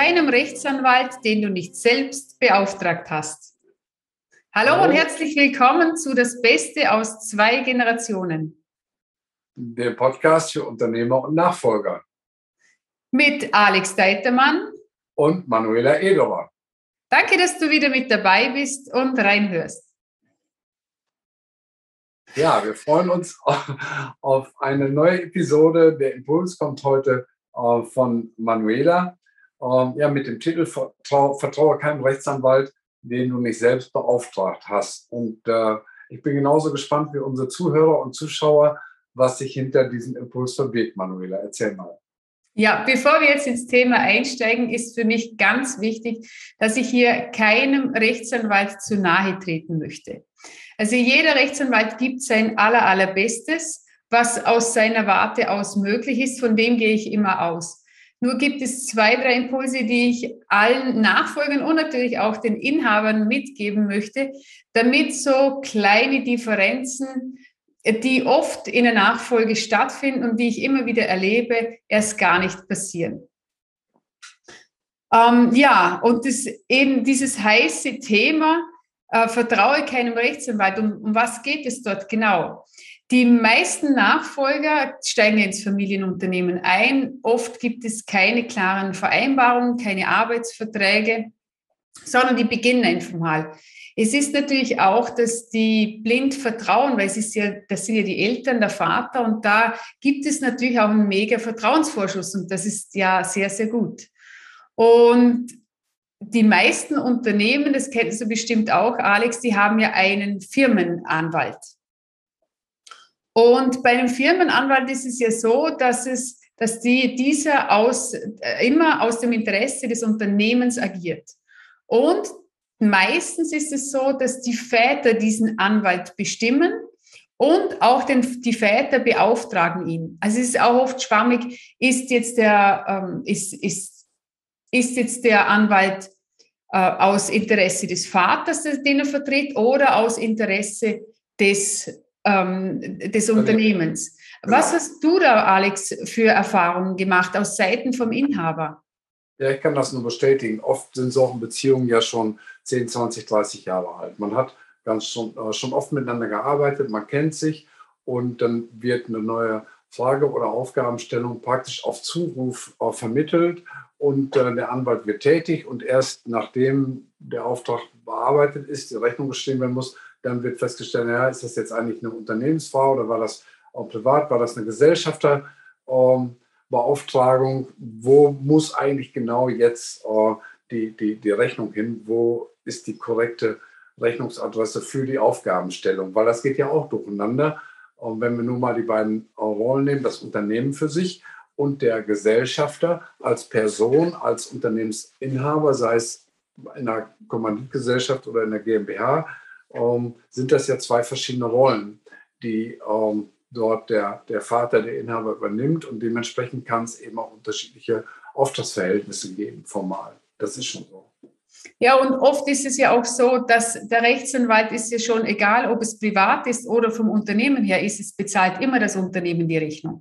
keinem Rechtsanwalt, den du nicht selbst beauftragt hast. Hallo und herzlich willkommen zu Das Beste aus 2 Generationen. Der Podcast für Unternehmer und Nachfolger. Mit Alex Deitermann und Manuela Ederer. Danke, dass du wieder mit dabei bist und reinhörst. Ja, wir freuen uns auf eine neue Episode. Der Impuls kommt heute von Manuela. Mit dem Titel Vertraue keinem Rechtsanwalt, den du nicht selbst beauftragt hast. Und ich bin genauso gespannt wie unsere Zuhörer und Zuschauer, was sich hinter diesem Impuls verbirgt. Manuela, erzähl mal. Ja, bevor wir jetzt ins Thema einsteigen, ist für mich ganz wichtig, dass ich hier keinem Rechtsanwalt zu nahe treten möchte. Also jeder Rechtsanwalt gibt sein allerbestes, was aus seiner Warte aus möglich ist, von dem gehe ich immer aus. Nur gibt es 2, 3 Impulse, die ich allen Nachfolgern und natürlich auch den Inhabern mitgeben möchte, damit so kleine Differenzen, die oft in der Nachfolge stattfinden und die ich immer wieder erlebe, erst gar nicht passieren. Und dieses heiße Thema, vertraue keinem Rechtsanwalt. Um was geht es dort genau? Die meisten Nachfolger steigen ins Familienunternehmen ein. Oft gibt es keine klaren Vereinbarungen, keine Arbeitsverträge, sondern die beginnen einfach mal. Es ist natürlich auch, dass die blind vertrauen, weil das sind ja die Eltern, der Vater, und da gibt es natürlich auch einen mega Vertrauensvorschuss und das ist ja sehr, sehr gut. Und die meisten Unternehmen, das kennst du bestimmt auch, Alex, die haben ja einen Firmenanwalt. Und bei einem Firmenanwalt ist es ja so, dass dieser immer aus dem Interesse des Unternehmens agiert. Und meistens ist es so, dass die Väter diesen Anwalt bestimmen und auch die Väter beauftragen ihn. Also es ist auch oft schwammig, ist jetzt der Anwalt aus Interesse des Vaters, den er vertritt, oder aus Interesse des Unternehmens. Genau. Was hast du da, Alex, für Erfahrungen gemacht aus Seiten vom Inhaber? Ja, ich kann das nur bestätigen. Oft sind solche Beziehungen ja schon 10, 20, 30 Jahre alt. Man hat schon oft miteinander gearbeitet, man kennt sich und dann wird eine neue Frage oder Aufgabenstellung praktisch auf Zuruf vermittelt und der Anwalt wird tätig und erst nachdem der Auftrag bearbeitet ist, die Rechnung geschrieben werden muss, dann wird festgestellt, ja, ist das jetzt eigentlich eine Unternehmensfrau oder war das auch privat, war das eine Gesellschafterbeauftragung? Wo muss eigentlich genau jetzt die Rechnung hin? Wo ist die korrekte Rechnungsadresse für die Aufgabenstellung? Weil das geht ja auch durcheinander. Und wenn wir nun mal die beiden Rollen nehmen, das Unternehmen für sich und der Gesellschafter als Person, als Unternehmensinhaber, sei es in einer Kommanditgesellschaft oder in der GmbH, sind das ja 2 verschiedene Rollen, die dort der Vater, der Inhaber übernimmt und dementsprechend kann es eben auch unterschiedliche Auftragsverhältnisse geben, formal. Das ist schon so. Ja, und oft ist es ja auch so, dass der Rechtsanwalt ist ja schon, egal ob es privat ist oder vom Unternehmen her ist, es bezahlt immer das Unternehmen die Rechnung.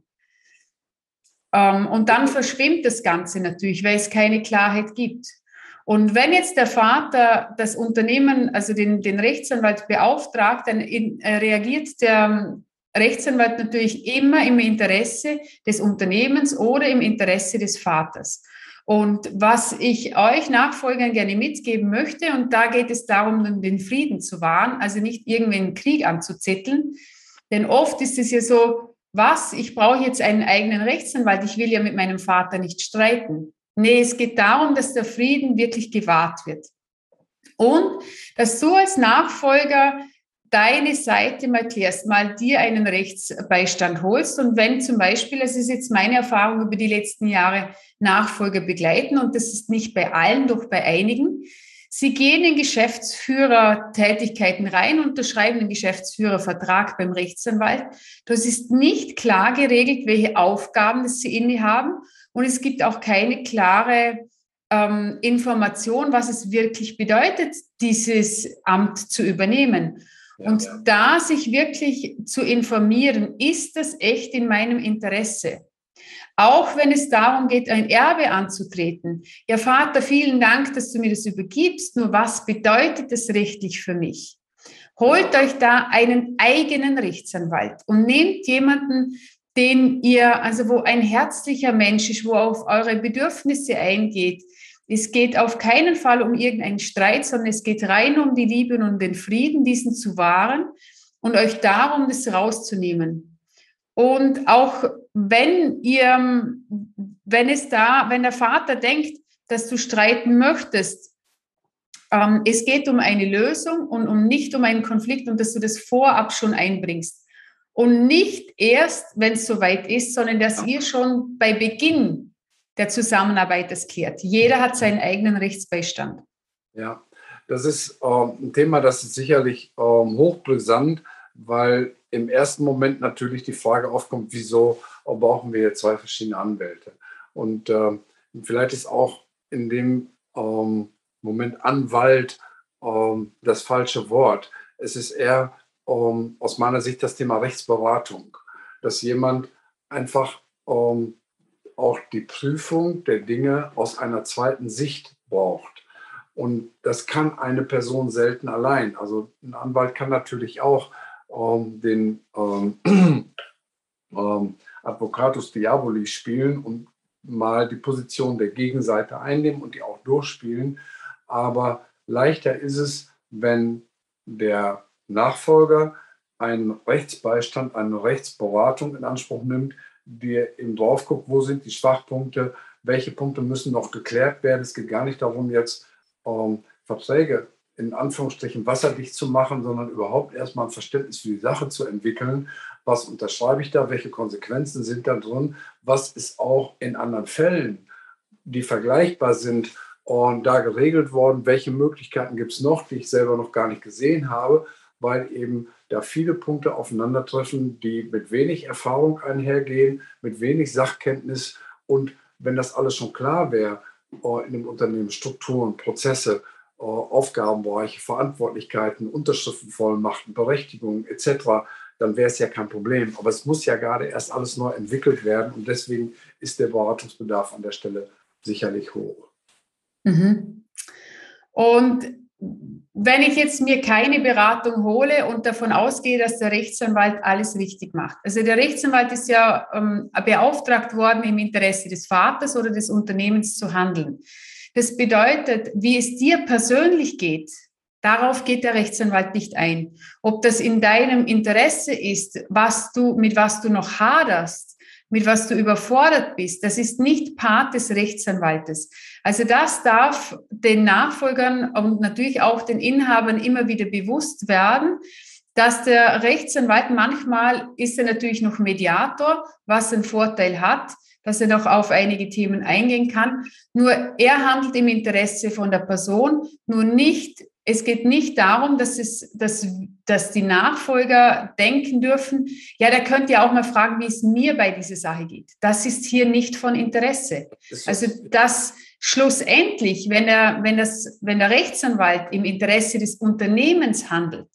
Und dann verschwimmt das Ganze natürlich, weil es keine Klarheit gibt. Und wenn jetzt der Vater das Unternehmen, also den Rechtsanwalt beauftragt, dann reagiert der Rechtsanwalt natürlich immer im Interesse des Unternehmens oder im Interesse des Vaters. Und was ich euch Nachfolgern gerne mitgeben möchte, und da geht es darum, den Frieden zu wahren, also nicht irgendwie einen Krieg anzuzetteln, denn oft ist es ja so, ich brauche jetzt einen eigenen Rechtsanwalt, ich will ja mit meinem Vater nicht streiten. Nee, es geht darum, dass der Frieden wirklich gewahrt wird. Und dass du als Nachfolger deine Seite mal klärst, mal dir einen Rechtsbeistand holst. Und wenn zum Beispiel, das ist jetzt meine Erfahrung über die letzten Jahre, Nachfolger begleiten, und das ist nicht bei allen, doch bei einigen, sie gehen in Geschäftsführertätigkeiten rein, unterschreiben einen Geschäftsführervertrag beim Rechtsanwalt. Das ist nicht klar geregelt, welche Aufgaben das sie innehaben. Und es gibt auch keine klare Information, was es wirklich bedeutet, dieses Amt zu übernehmen. Und da sich wirklich zu informieren, ist das echt in meinem Interesse? Auch wenn es darum geht, ein Erbe anzutreten. Ja, Vater, vielen Dank, dass du mir das übergibst. Nur was bedeutet das rechtlich für mich? Holt euch da einen eigenen Rechtsanwalt und nehmt jemanden, den ihr, also wo ein herzlicher Mensch ist, wo auf eure Bedürfnisse eingeht. Es geht auf keinen Fall um irgendeinen Streit, sondern es geht rein um die Liebe und um den Frieden, diesen zu wahren und euch darum, das rauszunehmen. Und auch wenn der Vater denkt, dass du streiten möchtest, es geht um eine Lösung und nicht um einen Konflikt und dass du das vorab schon einbringst. Und nicht erst, wenn es soweit ist, sondern dass ihr schon bei Beginn der Zusammenarbeit das klärt. Jeder hat seinen eigenen Rechtsbeistand. Ja, das ist ein Thema, das ist sicherlich hochbrisant, weil im ersten Moment natürlich die Frage aufkommt, wieso brauchen wir jetzt zwei verschiedene Anwälte? Und vielleicht ist auch in dem Moment Anwalt das falsche Wort. Es ist eher aus meiner Sicht das Thema Rechtsberatung, dass jemand einfach auch die Prüfung der Dinge aus einer zweiten Sicht braucht. Und das kann eine Person selten allein. Also ein Anwalt kann natürlich auch den Advocatus Diaboli spielen und mal die Position der Gegenseite einnehmen und die auch durchspielen. Aber leichter ist es, wenn der Nachfolger einen Rechtsbeistand, eine Rechtsberatung in Anspruch nimmt, die eben drauf guckt, wo sind die Schwachpunkte, welche Punkte müssen noch geklärt werden. Es geht gar nicht darum, jetzt Verträge in Anführungsstrichen wasserdicht zu machen, sondern überhaupt erstmal ein Verständnis für die Sache zu entwickeln. Was unterschreibe ich da? Welche Konsequenzen sind da drin? Was ist auch in anderen Fällen, die vergleichbar sind, und da geregelt worden? Welche Möglichkeiten gibt es noch, die ich selber noch gar nicht gesehen habe, weil eben da viele Punkte aufeinandertreffen, die mit wenig Erfahrung einhergehen, mit wenig Sachkenntnis. Und wenn das alles schon klar wäre, in dem Unternehmen Strukturen, Prozesse, Aufgabenbereiche, Verantwortlichkeiten, Unterschriftenvollmachten, Berechtigungen etc., dann wäre es ja kein Problem. Aber es muss ja gerade erst alles neu entwickelt werden und deswegen ist der Beratungsbedarf an der Stelle sicherlich hoch. Mhm. Und wenn ich jetzt mir keine Beratung hole und davon ausgehe, dass der Rechtsanwalt alles richtig macht. Also der Rechtsanwalt ist ja beauftragt worden, im Interesse des Vaters oder des Unternehmens zu handeln. Das bedeutet, wie es dir persönlich geht, darauf geht der Rechtsanwalt nicht ein. Ob das in deinem Interesse ist, mit was du noch haderst, mit was du überfordert bist, das ist nicht Part des Rechtsanwaltes. Also das darf den Nachfolgern und natürlich auch den Inhabern immer wieder bewusst werden, dass der Rechtsanwalt manchmal ist er natürlich noch Mediator, was einen Vorteil hat, dass er noch auf einige Themen eingehen kann. Nur er handelt im Interesse von der Person, nur nicht. Es geht nicht darum, dass die Nachfolger denken dürfen, ja, der könnte ja auch mal fragen, wie es mir bei dieser Sache geht. Das ist hier nicht von Interesse. Also das schlussendlich, wenn der Rechtsanwalt im Interesse des Unternehmens handelt,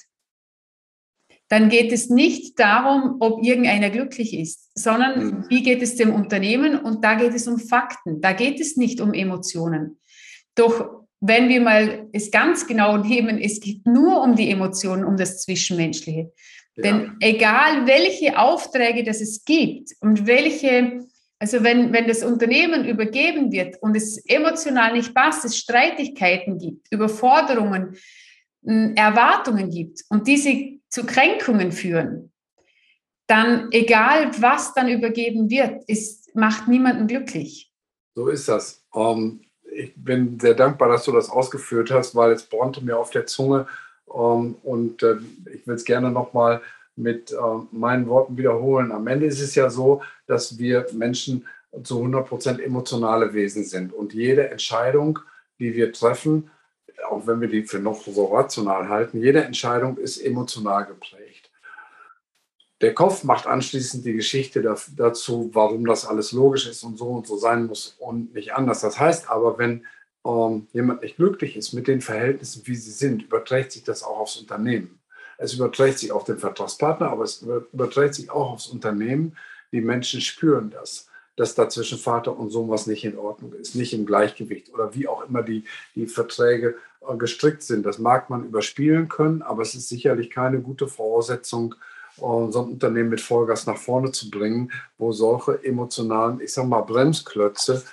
dann geht es nicht darum, ob irgendeiner glücklich ist, sondern wie geht es dem Unternehmen, und da geht es um Fakten, da geht es nicht um Emotionen. Doch wenn wir mal es ganz genau nehmen, es geht nur um die Emotionen, um das Zwischenmenschliche. Ja. Denn egal, welche Aufträge das es gibt und also wenn das Unternehmen übergeben wird und es emotional nicht passt, es Streitigkeiten gibt, Überforderungen, Erwartungen gibt und diese zu Kränkungen führen, dann egal, was dann übergeben wird, macht niemanden glücklich. So ist das. Ich bin sehr dankbar, dass du das ausgeführt hast, weil es brannte mir auf der Zunge und ich will es gerne nochmal mit meinen Worten wiederholen. Am Ende ist es ja so, dass wir Menschen zu 100% emotionale Wesen sind und jede Entscheidung, die wir treffen, auch wenn wir die für noch so rational halten, jede Entscheidung ist emotional geprägt. Der Kopf macht anschließend die Geschichte dazu, warum das alles logisch ist und so sein muss und nicht anders. Das heißt aber, wenn jemand nicht glücklich ist mit den Verhältnissen, wie sie sind, überträgt sich das auch aufs Unternehmen. Es überträgt sich auf den Vertragspartner, aber es überträgt sich auch aufs Unternehmen. Die Menschen spüren das. dass da zwischen Vater und Sohn was nicht in Ordnung ist, nicht im Gleichgewicht oder wie auch immer die Verträge gestrickt sind. Das mag man überspielen können, aber es ist sicherlich keine gute Voraussetzung, so ein Unternehmen mit Vollgas nach vorne zu bringen, wo solche emotionalen, ich sag mal, Bremsklötze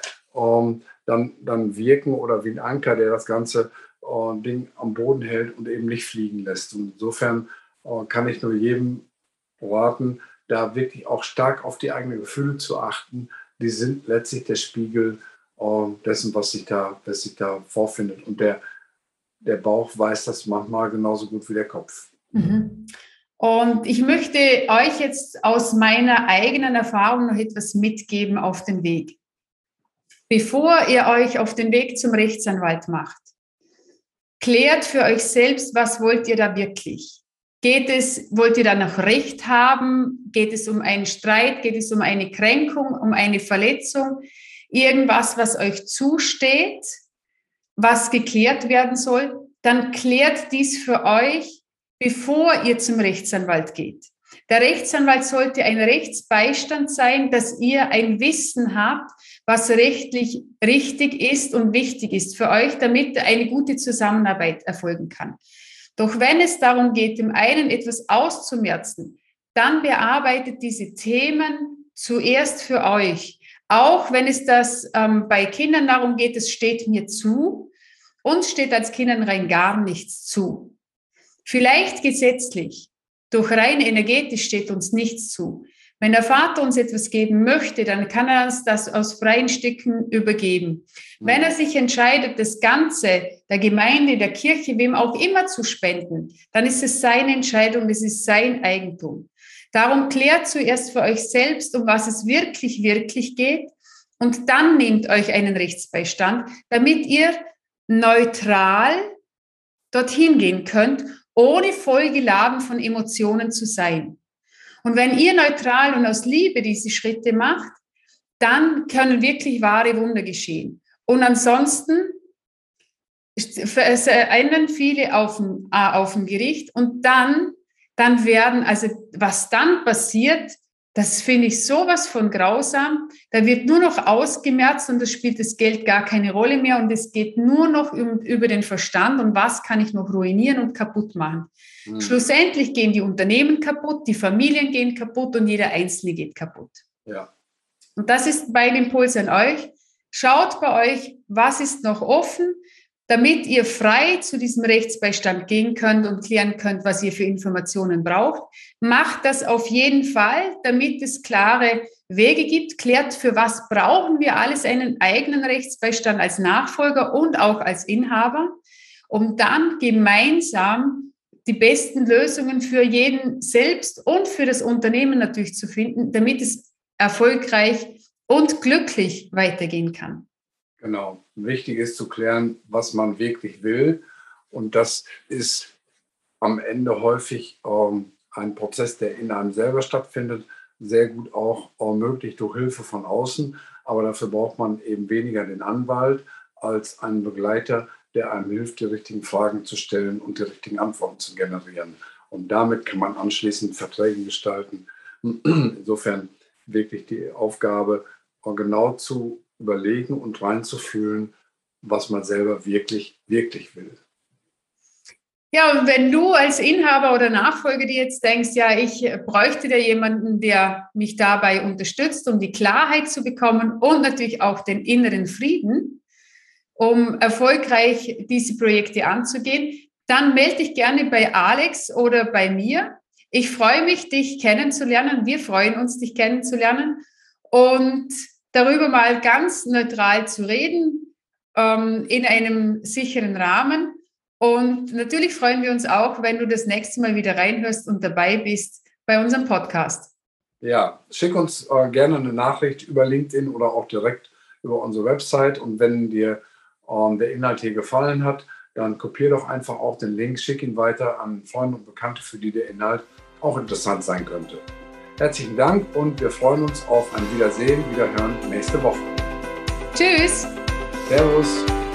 dann wirken oder wie ein Anker, der das ganze Ding am Boden hält und eben nicht fliegen lässt. Und insofern kann ich nur jedem raten, da wirklich auch stark auf die eigenen Gefühle zu achten. Die sind letztlich der Spiegel dessen, was sich da vorfindet. Und der Bauch weiß das manchmal genauso gut wie der Kopf. Mhm. Und ich möchte euch jetzt aus meiner eigenen Erfahrung noch etwas mitgeben auf den Weg. Bevor ihr euch auf den Weg zum Rechtsanwalt macht, klärt für euch selbst, was wollt ihr da wirklich? Wollt ihr da noch Recht haben? Geht es um einen Streit? Geht es um eine Kränkung, um eine Verletzung? Irgendwas, was euch zusteht, was geklärt werden soll? Dann klärt dies für euch, bevor ihr zum Rechtsanwalt geht. Der Rechtsanwalt sollte ein Rechtsbeistand sein, dass ihr ein Wissen habt, was rechtlich richtig ist und wichtig ist für euch, damit eine gute Zusammenarbeit erfolgen kann. Doch wenn es darum geht, dem einen etwas auszumerzen, dann bearbeitet diese Themen zuerst für euch. Auch wenn es bei Kindern darum geht, es steht mir zu, uns steht als Kindern rein gar nichts zu. Vielleicht gesetzlich, doch rein energetisch steht uns nichts zu. Wenn der Vater uns etwas geben möchte, dann kann er uns das aus freien Stücken übergeben. Wenn er sich entscheidet, das Ganze der Gemeinde, der Kirche, wem auch immer zu spenden, dann ist es seine Entscheidung, es ist sein Eigentum. Darum klärt zuerst für euch selbst, um was es wirklich, wirklich geht, und dann nehmt euch einen Rechtsbeistand, damit ihr neutral dorthin gehen könnt, ohne vollgeladen von Emotionen zu sein. Und wenn ihr neutral und aus Liebe diese Schritte macht, dann können wirklich wahre Wunder geschehen. Und ansonsten verändern viele auf dem Gericht und dann werden, also was dann passiert, das finde ich sowas von grausam. Da wird nur noch ausgemerzt und es spielt das Geld gar keine Rolle mehr und es geht nur noch über den Verstand und was kann ich noch ruinieren und kaputt machen. Schlussendlich gehen die Unternehmen kaputt, die Familien gehen kaputt und jeder Einzelne geht kaputt. Ja. Und das ist mein Impuls an euch. Schaut bei euch, was ist noch offen, damit ihr frei zu diesem Rechtsbeistand gehen könnt und klären könnt, was ihr für Informationen braucht. Macht das auf jeden Fall, damit es klare Wege gibt. Klärt, für was brauchen wir alles einen eigenen Rechtsbeistand als Nachfolger und auch als Inhaber, um dann gemeinsam die besten Lösungen für jeden selbst und für das Unternehmen natürlich zu finden, damit es erfolgreich und glücklich weitergehen kann. Genau. Wichtig ist zu klären, was man wirklich will. Und das ist am Ende häufig ein Prozess, der in einem selber stattfindet, sehr gut auch möglich durch Hilfe von außen. Aber dafür braucht man eben weniger den Anwalt als einen Begleiter, der einem hilft, die richtigen Fragen zu stellen und die richtigen Antworten zu generieren. Und damit kann man anschließend Verträge gestalten. Insofern wirklich die Aufgabe, genau zu überlegen und reinzufühlen, was man selber wirklich, wirklich will. Ja, und wenn du als Inhaber oder Nachfolger dir jetzt denkst, ja, ich bräuchte da jemanden, der mich dabei unterstützt, um die Klarheit zu bekommen und natürlich auch den inneren Frieden, um erfolgreich diese Projekte anzugehen, dann melde dich gerne bei Alex oder bei mir. Ich freue mich, dich kennenzulernen. Wir freuen uns, dich kennenzulernen und darüber mal ganz neutral zu reden, in einem sicheren Rahmen. Und natürlich freuen wir uns auch, wenn du das nächste Mal wieder reinhörst und dabei bist bei unserem Podcast. Ja, schick uns gerne eine Nachricht über LinkedIn oder auch direkt über unsere Website. Und wenn dir der Inhalt hier gefallen hat, dann kopier doch einfach auch den Link, schick ihn weiter an Freunde und Bekannte, für die der Inhalt auch interessant sein könnte. Herzlichen Dank und wir freuen uns auf ein Wiedersehen, Wiederhören nächste Woche. Tschüss. Servus.